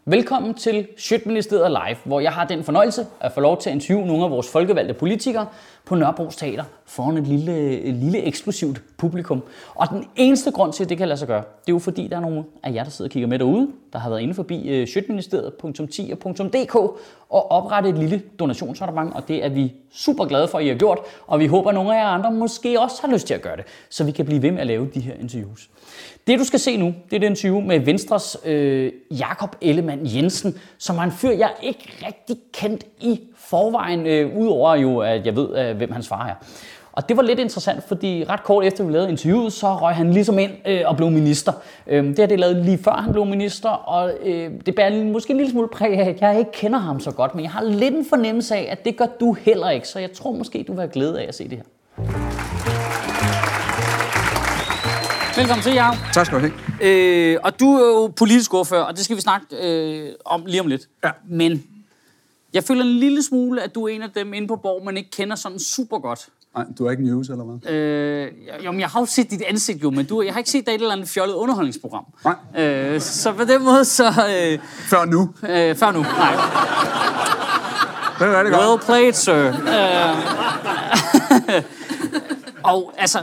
Velkommen til Sjøtministeriet Live, hvor jeg har den fornøjelse at få lov til at interviewe nogle af vores folkevalgte politikere på Nørrebros Teater foran et lille eksklusivt publikum. Og den eneste grund til, at det kan lade sig gøre, det er jo fordi, der er nogle af jer, der sidder og kigger med derude, der har været inde forbi sjøtministeriet.10.dk og oprettet et lille donationsabonnement, og det er vi super glade for, at I har gjort, og vi håber, at nogle af jer andre måske også har lyst til at gøre det, så vi kan blive ved med at lave de her interviews. Det, du skal se nu, det er det interview med Venstres Jakob Ellemann-Jensen, som er en fyr, jeg ikke rigtig kendt i forvejen, udover jo, at jeg ved, hvem hans far er. Og det var lidt interessant, fordi ret kort efter vi lavede interviewet, så røg han ligesom ind og blev minister. Det er det lavet lige før han blev minister, og det bærer måske en lille smule præg af, at jeg ikke kender ham så godt, men jeg har lidt en fornemmelse af, at det gør du heller ikke, så jeg tror måske, du vil have glæde af at se det her. Velkommen til, Jacob. Tak skal du have. Og du er jo politisk ordfører, og det skal vi snakke om lige om lidt. Ja. Men jeg føler en lille smule, at du er en af dem inde på Borg, man ikke kender sådan super godt. Nej, du er ikke news, eller hvad? Jamen, jeg har jo set dit ansigt jo, men jeg har ikke set dig i et eller andet fjollet underholdningsprogram. Nej. Så på den måde, så... Før nu? Før nu, nej. Det er rigtig godt. Well played, sir. Og altså...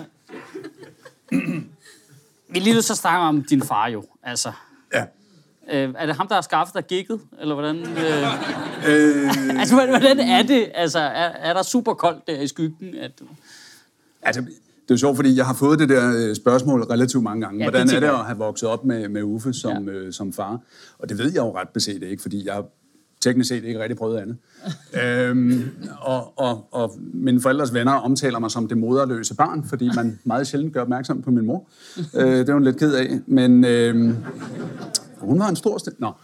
Vi lige vil så snakke om din far jo, altså. Ja. Er det ham, der har skaffet dig gigget, eller hvordan? Altså, hvordan er det? Altså, er der super koldt der i skyggen? Altså, det er jo sjovt, fordi jeg har fået det der spørgsmål relativt mange gange. Ja, hvordan er det at have vokset op med Uffe som far? Og det ved jeg jo ret beset ikke, fordi jeg teknisk set ikke rigtig prøvet andet. Og mine forældres venner omtaler mig som det moderløse barn, fordi man meget sjældent gør opmærksom på min mor. Det er hun lidt ked af, men hun var en stor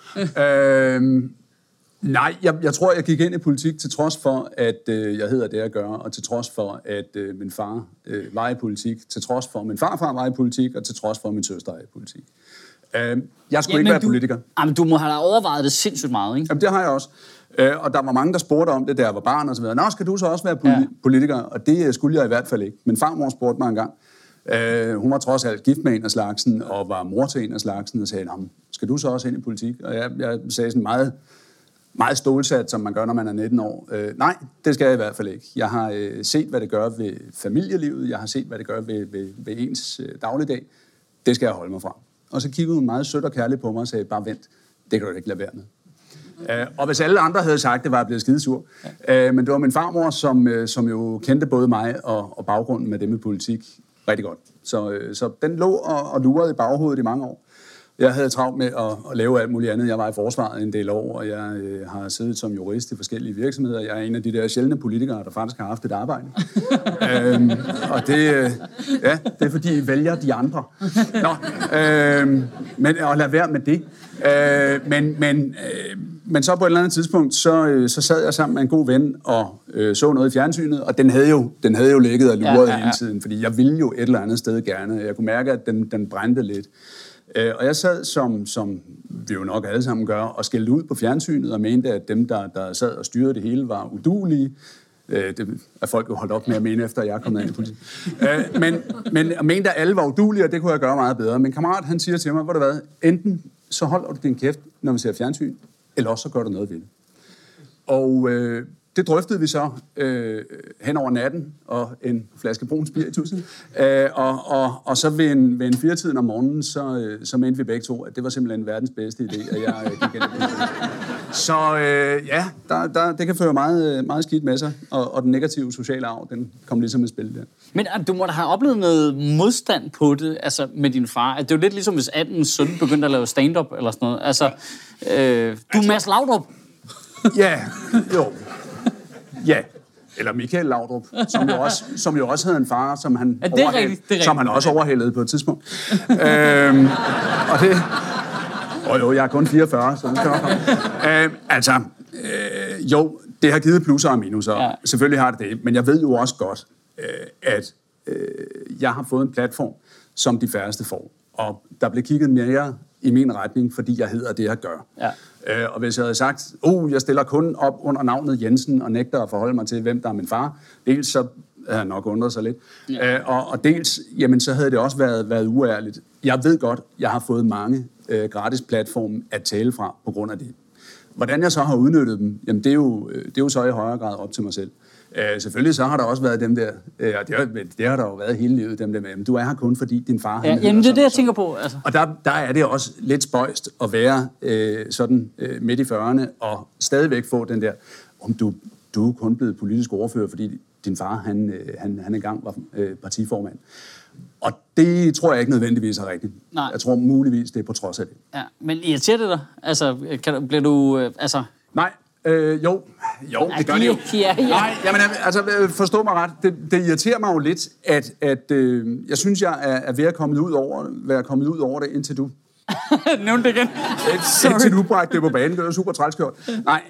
nej, jeg tror, jeg gik ind i politik til trods for, at jeg hedder det, jeg gør, og til trods for, at min far var i politik, til trods for, at min farfar var i politik, og til trods for, at min søster er i politik. Jeg skulle ikke være politiker. Jamen, du må have overvejet det sindssygt meget, ikke? Jamen, det har jeg også. Og der var mange, der spurgte om det, da jeg var barn og så videre. Nå, skal du så også være politiker? Og det skulle jeg i hvert fald ikke. Min farmor spurgte mig engang. Hun var trods alt gift med en af slagsen, og var mor til en af slagsen, og sagde, skal du så også ind i politik? Og jeg sagde sådan meget, meget stålsat, som man gør, når man er 19 år. Nej, det skal jeg i hvert fald ikke. Jeg har set, hvad det gør ved familielivet. Jeg har set, hvad det gør ved ens dagligdag. Det skal jeg holde mig fra. Og så kiggede hun meget sødt og kærligt på mig og sagde, bare vent, det kan du ikke lade være med. Og hvis alle andre havde sagt det, var jeg blevet skidesur. Men det var min farmor, som jo kendte både mig og baggrunden med det med politik rigtig godt. Så den lå og lurede i baghovedet i mange år. Jeg havde travlt med at lave alt muligt andet. Jeg var i forsvaret en del år, og jeg har siddet som jurist i forskellige virksomheder. Jeg er en af de der sjældne politikere, der faktisk har haft et arbejde. Og det er fordi I vælger de andre. Men lad være med det. Men så på et eller andet tidspunkt, så sad jeg sammen med en god ven og så noget i fjernsynet, og den havde jo ligget og luret hele tiden, fordi jeg ville jo et eller andet sted gerne. Jeg kunne mærke, at den brændte lidt. Og jeg sad, som vi jo nok alle sammen gør, og skældte ud på fjernsynet og mente, at dem, der sad og styrede det hele, var uduelige. Det er folk jo holdt op med at mene, efter jeg er kommet ind i politik. Men jeg mente, at alle var uduelige, og det kunne jeg gøre meget bedre. Min kammerat, han siger til mig, hvor det hvad, enten så holder du din kæft, når vi ser fjernsyn, eller også så gør du noget ved det. Og det drøftede vi så hen over natten, og en flaske brun spiritus. Og så ved en 4-tiden om morgenen, så mente vi begge to, at det var simpelthen verdens bedste idé, at jeg gik ind i politik. Så det kan føre meget, meget skidt med sig, og den negative sociale arv, den kom ligesom i spil der. Men du må da have oplevet noget modstand på det, altså med din far. Det er jo lidt ligesom, hvis 18's søn begyndte at lave stand-up eller sådan noget. Altså, du er Mads Laudrup. Ja, jo. Ja, eller Michael Laudrup, som jo også havde en far, som han, som han også overhældede på et tidspunkt. Og det... Jo, jeg er kun 44, så det skal nok komme. Jo, det har givet plusser og minuser. Ja. Selvfølgelig har det, men jeg ved jo også godt, at jeg har fået en platform, som de færreste får. Og der blev kigget mere i min retning, fordi jeg hedder det, jeg gør. Ja. Og hvis jeg havde sagt, jeg stiller kun op under navnet Jensen, og nægter at forholde mig til, hvem der er min far, dels så havde jeg nok undret sig lidt, og dels, jamen så havde det også været uærligt. Jeg ved godt, jeg har fået mange gratis platform at tale fra på grund af det. Hvordan jeg så har udnyttet dem, jamen det er jo så i højere grad op til mig selv. Selvfølgelig så har der også været dem der, og det har der jo været hele livet, dem der med, du er her kun fordi din far... Ja, jamen det er det, jeg tænker på. Altså. Og der er det også lidt spøjst at være midt i 40'erne og stadigvæk få den der, om du er kun blevet politisk ordfører, fordi din far, han engang var partiformand. Og det tror jeg ikke nødvendigvis er rigtigt. Nej. Jeg tror muligvis, det er på trods af det. Ja, men irriterer det dig? Altså, bliver du... Nej. Jo, det gør det jo. Ja. Nej, jamen, altså, forstå mig ret. Det irriterer mig jo lidt, at jeg synes, jeg er ved at være kommet ud over det, indtil du... Nævn det igen. Indtil du bragte det på banen. Det var super trælskørt. Nej,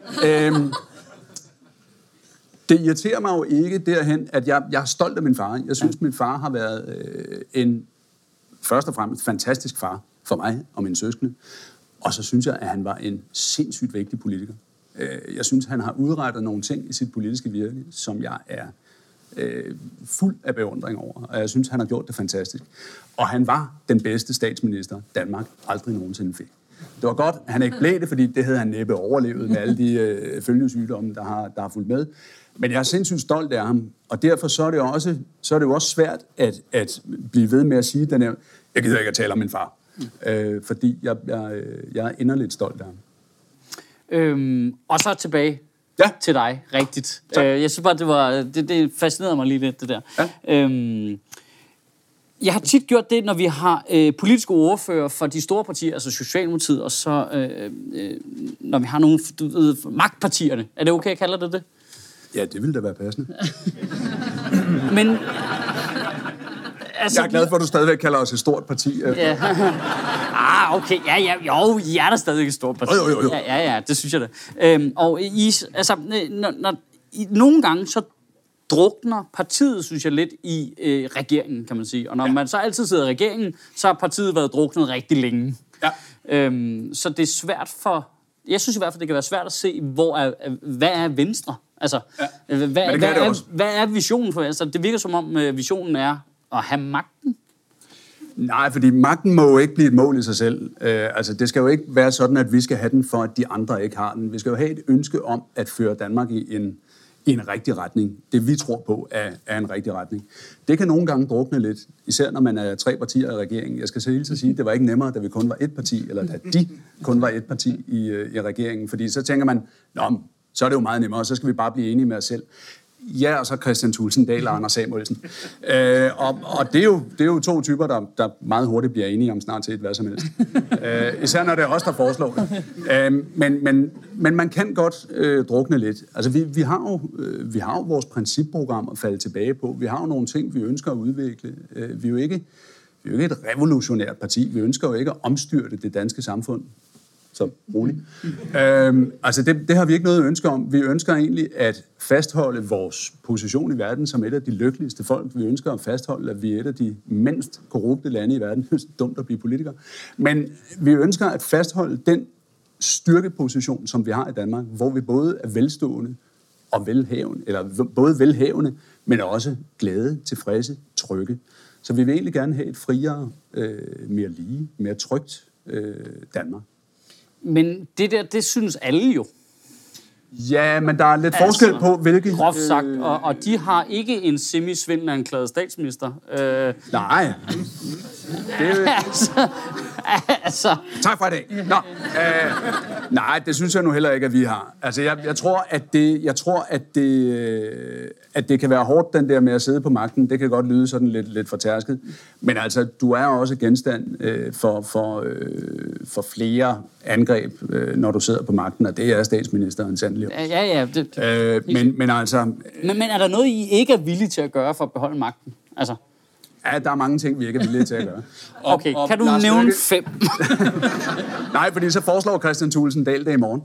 det irriterer mig jo ikke derhen, at jeg er stolt af min far. Jeg synes, min far har været først og fremmest fantastisk far for mig og mine søskende. Og så synes jeg, at han var en sindssygt vigtig politiker. Jeg synes, han har udrettet nogle ting i sit politiske virke, som jeg er fuld af beundring over. Og jeg synes, han har gjort det fantastisk. Og han var den bedste statsminister, Danmark aldrig nogensinde fik. Det var godt, at han ikke blev det, fordi det havde han næppe overlevet med alle de følgesygdomme, der har fulgt med. Men jeg er sindssygt stolt af ham, og derfor så er det jo også svært at blive ved med at sige den her, jeg gider ikke at tale om min far, fordi jeg er inderligt stolt af ham. Og så tilbage til dig, rigtigt. Jeg synes bare, det fascinerede mig lige lidt, det der. Ja. Jeg har tit gjort det, når vi har politiske ordfører for de store partier, altså Socialdemokratiet, og så når vi har nogle magtpartierne. Er det okay, jeg kalder det? Ja, det ville da være passende. Men... Altså, jeg er glad for, at du stadigvæk kalder os et stort parti. Ja. Okay. Jo, I er der stadig et stort parti. Jo. Ja, det synes jeg da. Og nogle gange så drukner partiet, synes jeg, lidt i regeringen, kan man sige. Og når man så altid sidder i regeringen, så har partiet været druknet rigtig længe. Ja. Så det er svært for... Jeg synes i hvert fald, det kan være svært at se, hvad er Venstre? Altså, hvad er visionen for Venstre? Det virker som om visionen er at have magten. Nej, fordi magten må jo ikke blive et mål i sig selv. Altså, det skal jo ikke være sådan, at vi skal have den, for at de andre ikke har den. Vi skal jo have et ønske om at føre Danmark i en rigtig retning. Det vi tror på er en rigtig retning. Det kan nogle gange drukne lidt, især når man er 3 partier i regeringen. Jeg skal så hilse at sige, at det var ikke nemmere, da vi kun var et parti, eller da de kun var et parti i regeringen. Fordi så tænker man, så er det jo meget nemmere, og så skal vi bare blive enige med os selv. Ja, og så Christian Thulesen Dahl og Anders Samuelsen. Og det er jo 2 typer, der meget hurtigt bliver enige om snart set hvad som helst. Især når det er os, der foreslår det. Men man kan godt drukne lidt. Altså, vi har jo vores principprogram at falde tilbage på. Vi har jo nogle ting, vi ønsker at udvikle. Vi er jo ikke et revolutionært parti. Vi ønsker jo ikke at omstyrte det danske samfund. Så roligt. Altså, det har vi ikke noget ønske om. Vi ønsker egentlig at fastholde vores position i verden som et af de lykkeligste folk. Vi ønsker at fastholde, at vi er et af de mindst korrupte lande i verden. Det er dumt at blive politiker. Men vi ønsker at fastholde den styrkeposition, som vi har i Danmark, hvor vi både er velstående og velhavende, eller både velhavende, men også glade, tilfredse, trygge. Så vi vil egentlig gerne have et friere, mere lige, mere trygt Danmark. Men det synes alle jo. Ja, men der er lidt forskel på, hvilke... Groft sagt, og de har ikke en semi-svindel anklaget statsminister. Nej. Altså... Tak for i dag. Nej, det synes jeg nu heller ikke, at vi har. Altså, jeg tror, at det kan være hårdt, den der med at sidde på magten. Det kan godt lyde sådan lidt fortærsket. Men altså, du er også genstand for flere angreb, når du sidder på magten, og det er statsministeren sandelig. Ja. Men altså... Men er der noget, I ikke er villige til at gøre for at beholde magten? Altså... Ja, der er mange ting, vi ikke er villige til at gøre. Okay, kan du nævne 5? Nej, fordi så foreslår Christian Thulesen Dahl det i morgen.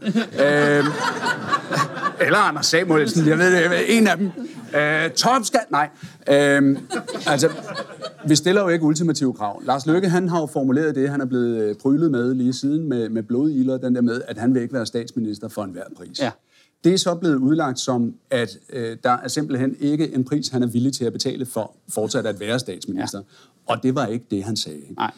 Eller Anders Samuelsen, jeg ved det, en af dem. Topskat? Nej. Altså, vi stiller jo ikke ultimative krav. Lars Løkke, han har jo formuleret det, han er blevet prylet med lige siden med blodilder, den der med, at han vil ikke være statsminister for enhver pris. Ja. Det er så blevet udlagt som, at der er simpelthen ikke en pris, han er villig til at betale for fortsat at være statsminister. Ja. Og det var ikke det, han sagde. Nej.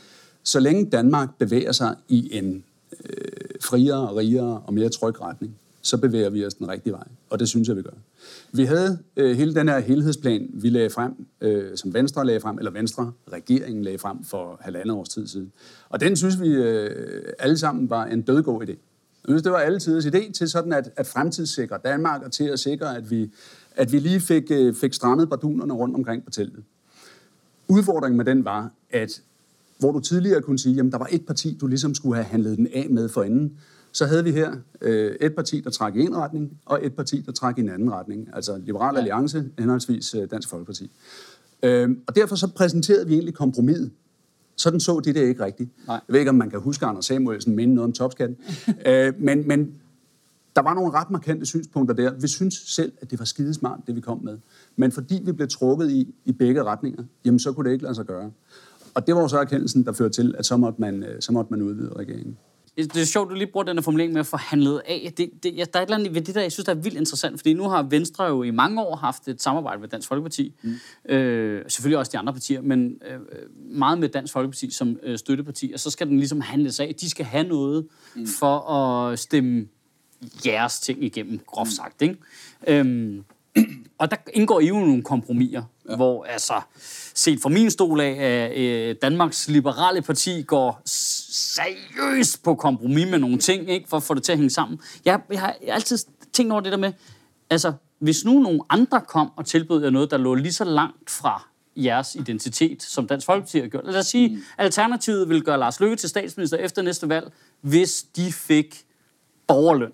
så længe Danmark bevæger sig i en friere, rigere og mere tryg retning, så bevæger vi os den rigtige vej, og det synes jeg, vi gør. Vi havde hele den her helhedsplan, vi lagde frem, som Venstre lagde frem, eller Venstre-regeringen lagde frem for 1,5 års tid siden. Og den synes vi alle sammen var en dødgod idé. Jeg synes, det var alle tiders idé til sådan at fremtidssikre Danmark, og til at sikre, at vi lige fik strammet bardunerne rundt omkring på teltet. Udfordringen med den var, at hvor du tidligere kunne sige, jamen der var et parti, du ligesom skulle have handlet den af med for enden, så havde vi her et parti, der trak i en retning, og et parti, der trak i en anden retning. Altså Liberal Alliance, henholdsvis Dansk Folkeparti. Og derfor så præsenterede vi egentlig kompromiset. Sådan så det ikke rigtigt. Nej. Jeg ved ikke, om man kan huske Anders Samuelsen mene noget om topskatten. Men der var nogle ret markante synspunkter der. Vi synes selv, at det var skidesmart, det vi kom med. Men fordi vi blev trukket i begge retninger, jamen så kunne det ikke lade sig gøre. Og det var jo så erkendelsen, der førte til, at så måtte man udvide regeringen. Det er sjovt, du lige bruger den formulering med at få handlet af. Der er et eller andet ved det der, jeg synes, der er vildt interessant, fordi nu har Venstre jo i mange år haft et samarbejde med Dansk Folkeparti. Selvfølgelig også de andre partier, men meget med Dansk Folkeparti som støtteparti, og så skal den ligesom handles af. De skal have noget for at stemme jeres ting igennem, groft sagt, ikke? Og der indgår I jo nogle kompromiser, hvor altså, set fra min stol af, Danmarks Liberale Parti går seriøst på kompromis med nogle ting, ikke, for at få det til at hænge sammen. Jeg har altid tænkt over det der med, altså, hvis nu nogle andre kom og tilbød jer noget, der lå lige så langt fra jeres identitet, som Dansk Folkeparti har gjort. Lad os sige, Alternativet vil gøre Lars Løkke til statsminister efter næste valg, hvis de fik borgerløn.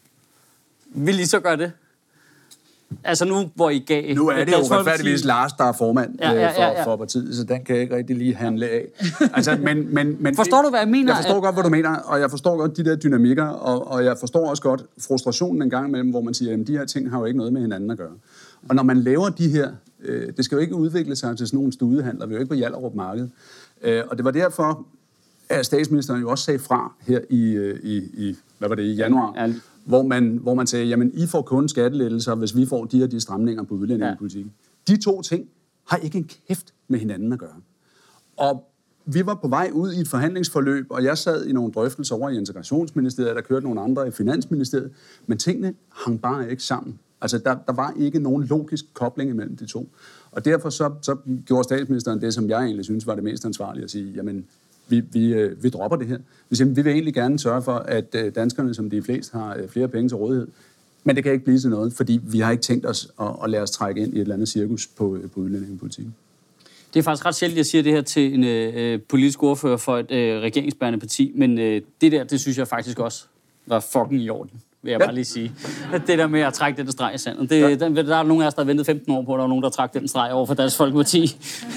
Vil I så gøre det? Altså nu, hvor I gav... Nu er det jo retfærdigvis Lars, der er formand for partiet, så den kan jeg ikke rigtig lige handle af. Altså, men forstår du, hvad jeg mener? Jeg forstår godt, hvad du mener, og jeg forstår godt de der dynamikker, og jeg forstår også godt frustrationen en gang imellem, hvor man siger, at de her ting har jo ikke noget med hinanden at gøre. Og når man laver de her... det skal jo ikke udvikle sig til sådan nogle studehandler, vi er jo ikke på Hjallerup Marked. Og det var derfor, at statsministeren jo også sagde fra her i januar, hvor man sagde, jamen I får kun skattelettelser, hvis vi får de her de stramninger på udlændingepolitikken. De to ting har ikke en kæft med hinanden at gøre. Og vi var på vej ud i et forhandlingsforløb, og jeg sad i nogle drøftelser over i Integrationsministeriet, der kørte nogle andre i Finansministeriet, men tingene hang bare ikke sammen. Altså, der var ikke nogen logisk kobling imellem de to. Og derfor så gjorde statsministeren det, som jeg egentlig synes var det mest ansvarlige, at sige, jamen, vi dropper det her. Vi vil egentlig gerne sørge for, at danskerne, som de fleste, har flere penge til rådighed. Men det kan ikke blive til noget, fordi vi har ikke tænkt os at lade os trække ind i et eller andet cirkus på udlændingepolitikken. Det er faktisk ret sjældent, jeg siger det her til en politisk ordfører for et regeringsbærende parti, men det synes jeg faktisk også var fucking i orden, vil jeg bare lige sige. Det der med at trække den streg i sandet. Der er nogen af os, der har ventet 15 år på, og der er nogen, der trak den streg over for Dansk Folkeparti.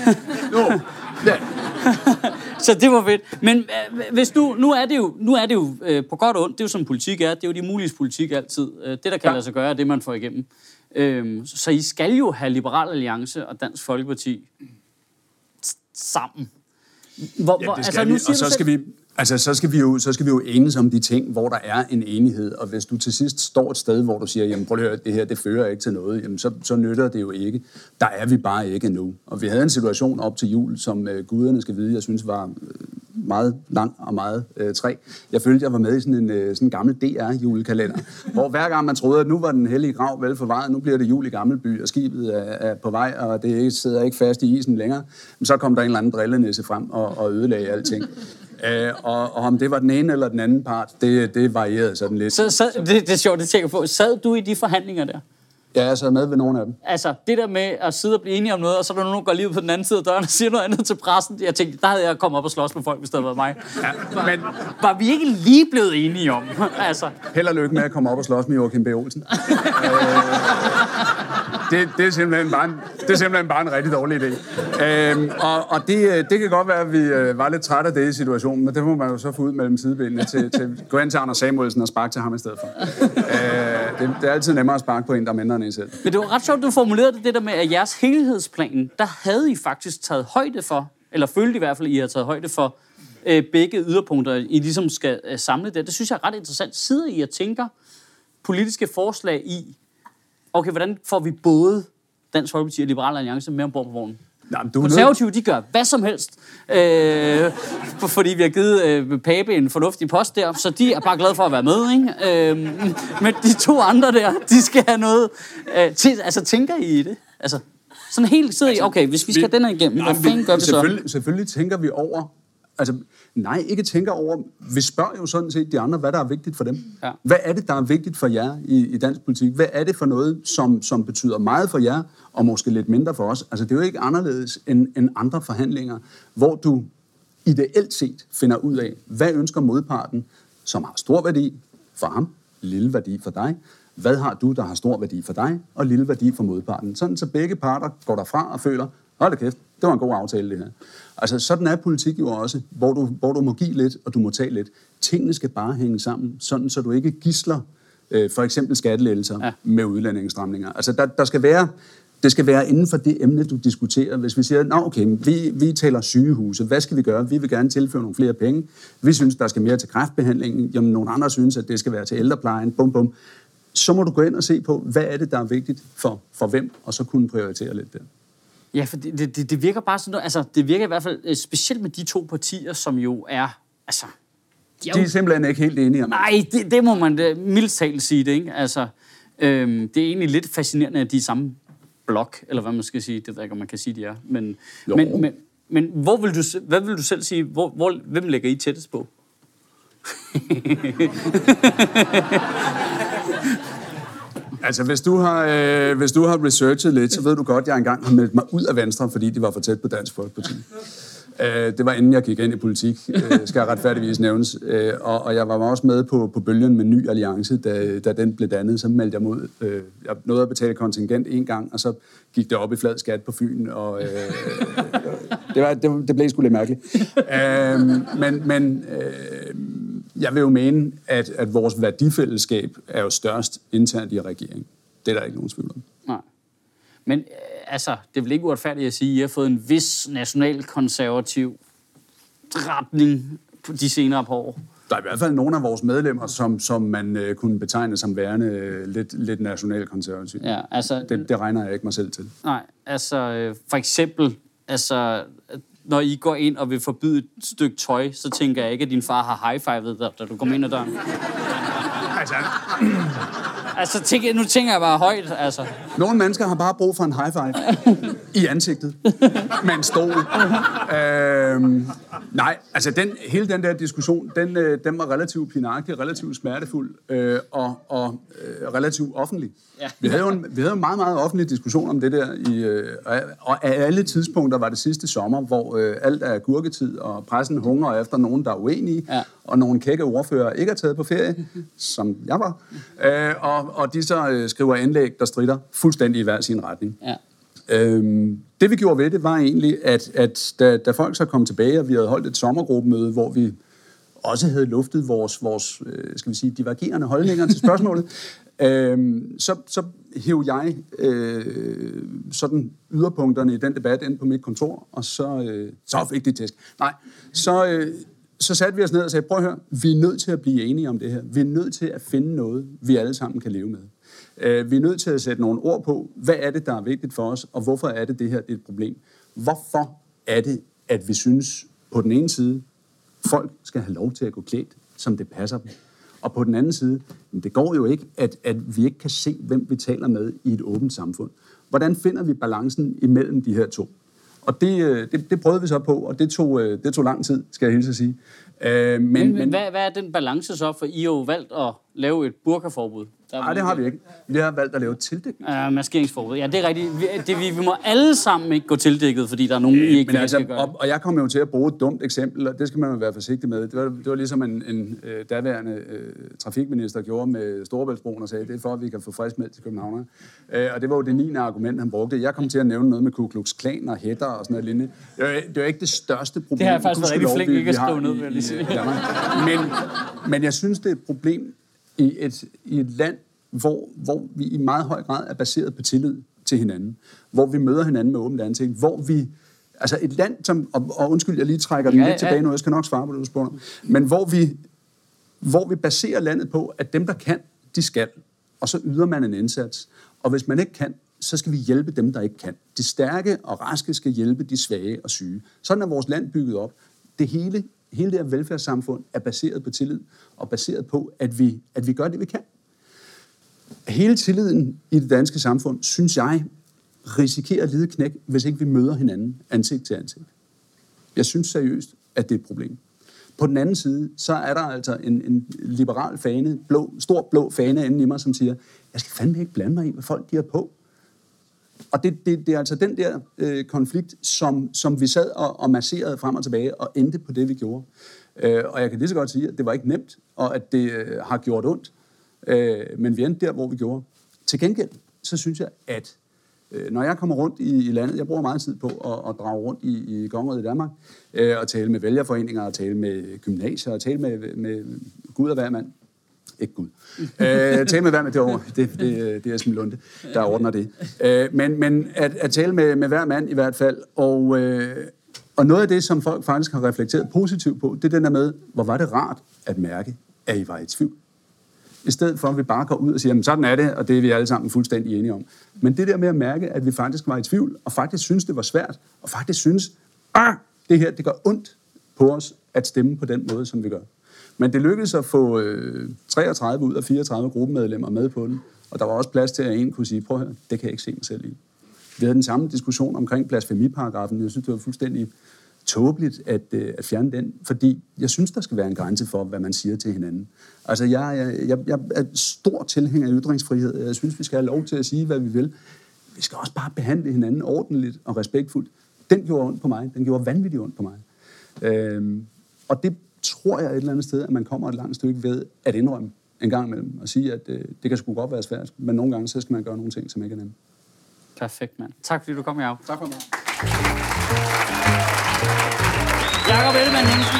Så det var fedt. Men hvis nu er det jo på godt og ondt, det er jo som politik er, det er jo de muliges politik altid. Det, der kan lade sig gøre, er det, man får igennem. Så I skal jo have Liberal Alliance og Dansk Folkeparti sammen. Så skal vi jo enes om de ting, hvor der er en enighed, og hvis du til sidst står et sted, hvor du siger, jamen prøv at høre, det her, det fører ikke til noget, jamen så nytter det jo ikke. Der er vi bare ikke endnu. Og vi havde en situation op til jul, som guderne skal vide, jeg synes var meget lang og meget træg. Jeg følte, jeg var med i sådan en gammel DR-julekalender, hvor hver gang man troede, at nu var den hellige grav vel forvaret, nu bliver det jul i Gammelby, og skibet er på vej, og det sidder ikke fast i isen længere, men så kom der en eller anden drillenæsse frem og ødelagde alting. Og om det var den ene eller den anden part, det varierede sådan lidt. Det er sjovt, det tænker på. Sad du i de forhandlinger der? Ja, jeg sad med ved nogle af dem. Altså, det der med at sidde og blive enige om noget, og så er der nogen, der går lige ud på den anden side af døren og siger noget andet til pressen. Jeg tænkte, der havde jeg kommet op og slås med folk, hvis det havde været mig. Ja, men var vi ikke lige blevet enige om? Altså. Held og lykke med at komme op og slås med Joachim B. Olsen. Det er simpelthen bare en rigtig dårlig idé. Og det kan godt være, at vi var lidt trætte af det i situationen, men det må man jo så få ud mellem sidebenene til gå hen til Anders Samuelsen og sparke til ham i stedet for. Det er altid nemmere at sparke på en, der er mindre end en selv. Men det var ret sjovt, du formulerede det der med, at jeres helhedsplan, der havde I faktisk taget højde for, eller følte i hvert fald, at I har taget højde for begge yderpunkter, I ligesom skal samle det. Det synes jeg er ret interessant. Sidder I og tænker politiske forslag i, okay, hvordan får vi både Dansk Folkeparti og Liberal Alliance med ombord på vognen? Konservative, de gør hvad som helst, fordi vi har givet Pape en fornuftig post der, så de er bare glade for at være med, ikke? Men de to andre der, de skal have noget... tænker I i det? Altså, sådan helt sidder I, okay, hvis vi skal den her igennem, hvad fanden gør vi så? Selvfølgelig tænker vi over... Altså, nej, ikke tænker over... Vi spørger jo sådan set de andre, hvad der er vigtigt for dem. Ja. Hvad er det, der er vigtigt for jer i dansk politik? Hvad er det for noget, som betyder meget for jer, og måske lidt mindre for os? Altså, det er jo ikke anderledes end andre forhandlinger, hvor du ideelt set finder ud af, hvad ønsker modparten, som har stor værdi for ham, lille værdi for dig. Hvad har du, der har stor værdi for dig, og lille værdi for modparten? Sådan, så begge parter går derfra og føler, hold da kæft, det var en god aftale, det her. Altså, sådan er politik jo også, hvor du må give lidt, og du må tage lidt. Tingene skal bare hænge sammen, sådan så du ikke gidsler for eksempel skattelettelser med udlændingestramninger. Altså, det skal være inden for det emne, du diskuterer. Hvis vi siger, okay, vi taler sygehuse, hvad skal vi gøre? Vi vil gerne tilføre nogle flere penge. Vi synes, der skal mere til kræftbehandlingen. Jamen, nogle andre synes, at det skal være til ældreplejen. Bum, bum. Så må du gå ind og se på, hvad er det, der er vigtigt for hvem, og så kunne prioritere lidt der. Ja, for det virker bare sådan noget, altså det virker i hvert fald specielt med de to partier, som jo er, altså... De er simpelthen ikke helt enige om. Nej, det må man mildt talt sige det, ikke? Altså, det er egentlig lidt fascinerende, at de er samme blok, eller hvad man skal sige, det ved jeg ikke, om man kan sige, de er. Men hvad vil du selv sige, hvem lægger I tættest på? Altså, hvis du har researchet lidt, så ved du godt, at jeg engang har meldt mig ud af Venstre, fordi de var for tæt på Dansk Folkeparti. Det var inden jeg gik ind i politik, skal jeg retfærdigvis nævnes. Og jeg var også med på bølgen med Ny Alliance, da den blev dannet. Så meldte jeg mig ud. Jeg nåede at betale kontingent en gang, og så gik det op i flad skat på Fyn. Og det blev sgu lidt mærkeligt. Men jeg vil jo mene, at vores værdifællesskab er jo størst internt i regeringen. Det er der ikke nogen tvivl om. Nej. Men altså, det er vel ikke uretfærdigt at sige, at I har fået en vis nationalkonservativ retning på de senere par år. Der er i hvert fald nogle af vores medlemmer, som man kunne betegne som værende lidt nationalkonservativ. Ja, altså, det regner jeg ikke mig selv til. Nej, altså for eksempel, altså, når I går ind og vil forbyde et stykke tøj, så tænker jeg ikke, at din far har high-fivet dig, da du kommer ind ad døren. Altså, nu tænker jeg bare højt, altså. Nogle mennesker har bare brug for en high five i ansigtet med en stol. Nej, altså hele den der diskussion, den var relativt pinagtig, relativt smertefuld og relativt offentlig. Ja. Vi havde jo en meget, meget offentlig diskussion om det der, og af alle tidspunkter var det sidste sommer, hvor alt er gurketid, og pressen hungrer efter nogen, der er uenige, og nogle kække ordfører ikke er taget på ferie, som jeg var, og de så skriver indlæg, der stritter fuldstændig i hver sin retning. Ja. Det vi gjorde ved det, var egentlig, at da folk så kom tilbage, og vi havde holdt et sommergruppemøde, hvor vi også havde luftet vores skal vi sige, divergerende holdninger til spørgsmålet, så hæv jeg sådan yderpunkterne i den debat ind på mit kontor, og så fik det tæsk. Nej, så satte vi os ned og sagde, prøv at høre, vi er nødt til at blive enige om det her. Vi er nødt til at finde noget, vi alle sammen kan leve med. Vi er nødt til at sætte nogle ord på, hvad er det, der er vigtigt for os, og hvorfor er det her er et problem. Hvorfor er det, at vi synes, på den ene side, folk skal have lov til at gå klædt, som det passer dem. Og på den anden side, det går jo ikke, at vi ikke kan se, hvem vi taler med i et åbent samfund. Hvordan finder vi balancen imellem de her to? Og det prøvede vi så på, og det tog lang tid, skal jeg hilse at sige. Men hvad er den balance så? For I har jo valgt at lave et burkaforbud. Nej, det har vi ikke. Vi har valgt at lave et tildækning. Maskeringsforbud. Ja, det er rigtigt. Vi må alle sammen ikke gå tildækket, fordi der er nogen, I ikke vil skal gøre. Og jeg kommer jo til at bruge et dumt eksempel, og det skal man jo være forsigtig med. Det var ligesom en daværende trafikminister gjorde med Storebæltsbroen og sagde, det er for, at vi kan få frisk mælk til København. Og det var jo det 9. argument, han brugte. Jeg kom til at nævne noget med Ku Klux Klan og hætter og sådan noget lignende. Det er jo ikke det største problem. Det har jeg faktisk været rigtig flink ikke at skrive ned, vil jeg lige sige. Men jeg synes, det er et problem i et land, hvor vi i meget høj grad er baseret på tillid til hinanden, hvor vi møder hinanden med åbent ansigt, hvor vi, altså et land, som, og undskyld, jeg lige trækker den lidt tilbage nu, jeg skal nok svare på det, du spørger, men hvor vi baserer landet på, at dem, der kan, de skal, og så yder man en indsats, og hvis man ikke kan, så skal vi hjælpe dem, der ikke kan. De stærke og raske skal hjælpe de svage og syge. Sådan er vores land bygget op. Hele det her velfærdssamfund er baseret på tillid, og baseret på, at vi gør det, vi kan. Hele tilliden i det danske samfund, synes jeg, risikerer at lide knæk, hvis ikke vi møder hinanden ansigt til ansigt. Jeg synes seriøst, at det er et problem. På den anden side, så er der altså en liberal fane, stor blå fane inde i mig, som siger, jeg skal fandme ikke blande mig i, hvad folk de har på. Og det er altså den der konflikt, som vi sad og masserede frem og tilbage, og endte på det, vi gjorde. Og jeg kan lige så godt sige, at det var ikke nemt, og at det har gjort ondt. Men vi endte der, hvor vi gjorde. Til gengæld, så synes jeg, at når jeg kommer rundt i landet, jeg bruger meget tid på at drage rundt i kongeriget i Danmark, og tale med vælgerforeninger, og tale med gymnasier, og tale med Gud og hver mand. Ikke Gud. Tale med hver mand derovre. Det er Esben Lunde, der ordner det. Men at tale med hver mand i hvert fald. Og noget af det, som folk faktisk har reflekteret positivt på, det er den der med, hvor var det rart at mærke, at I var i tvivl. I stedet for, at vi bare går ud og siger, jamen sådan er det, og det er vi alle sammen fuldstændig enige om. Men det der med at mærke, at vi faktisk var i tvivl, og faktisk synes, det var svært, og faktisk synes, det her, det gør ondt på os at stemme på den måde, som vi gør. Men det lykkedes at få 33 ud af 34 gruppemedlemmer med på den, og der var også plads til, at en kunne sige, prøv at høre, det kan jeg ikke se mig selv i. Vi havde den samme diskussion omkring blasfemiparagrafen. Jeg synes, det var fuldstændig tåbeligt at fjerne den, fordi jeg synes, der skal være en grænse for, hvad man siger til hinanden. Altså, jeg er stor tilhænger af ytringsfrihed. Jeg synes, vi skal have lov til at sige, hvad vi vil. Vi skal også bare behandle hinanden ordentligt og respektfuldt. Den gjorde ondt på mig. Den gjorde vanvittigt ondt på mig. Og det tror jeg et eller andet sted, at man kommer et langt stykke ved at indrømme en gang imellem og sige, at det kan sgu godt være svært, men nogle gange så skal man gøre nogle ting, som ikke er nemme. Perfekt, mand. Tak fordi du kom, Jacob. Tak for mig. Jacob Ellemann Jensen.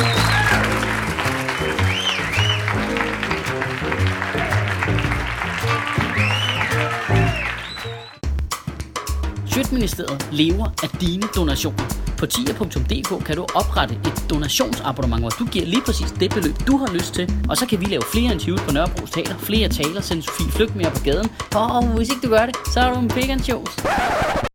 Sjøtministeriet lever af dine donationer. På tier.dk kan du oprette et donationsabonnement, hvor du giver lige præcis det beløb, du har lyst til. Og så kan vi lave flere interviews på Nørrebros Teater, flere taler, sende Sofie Flygt mere på gaden. Og hvis ikke du gør det, så er du en pig and shows.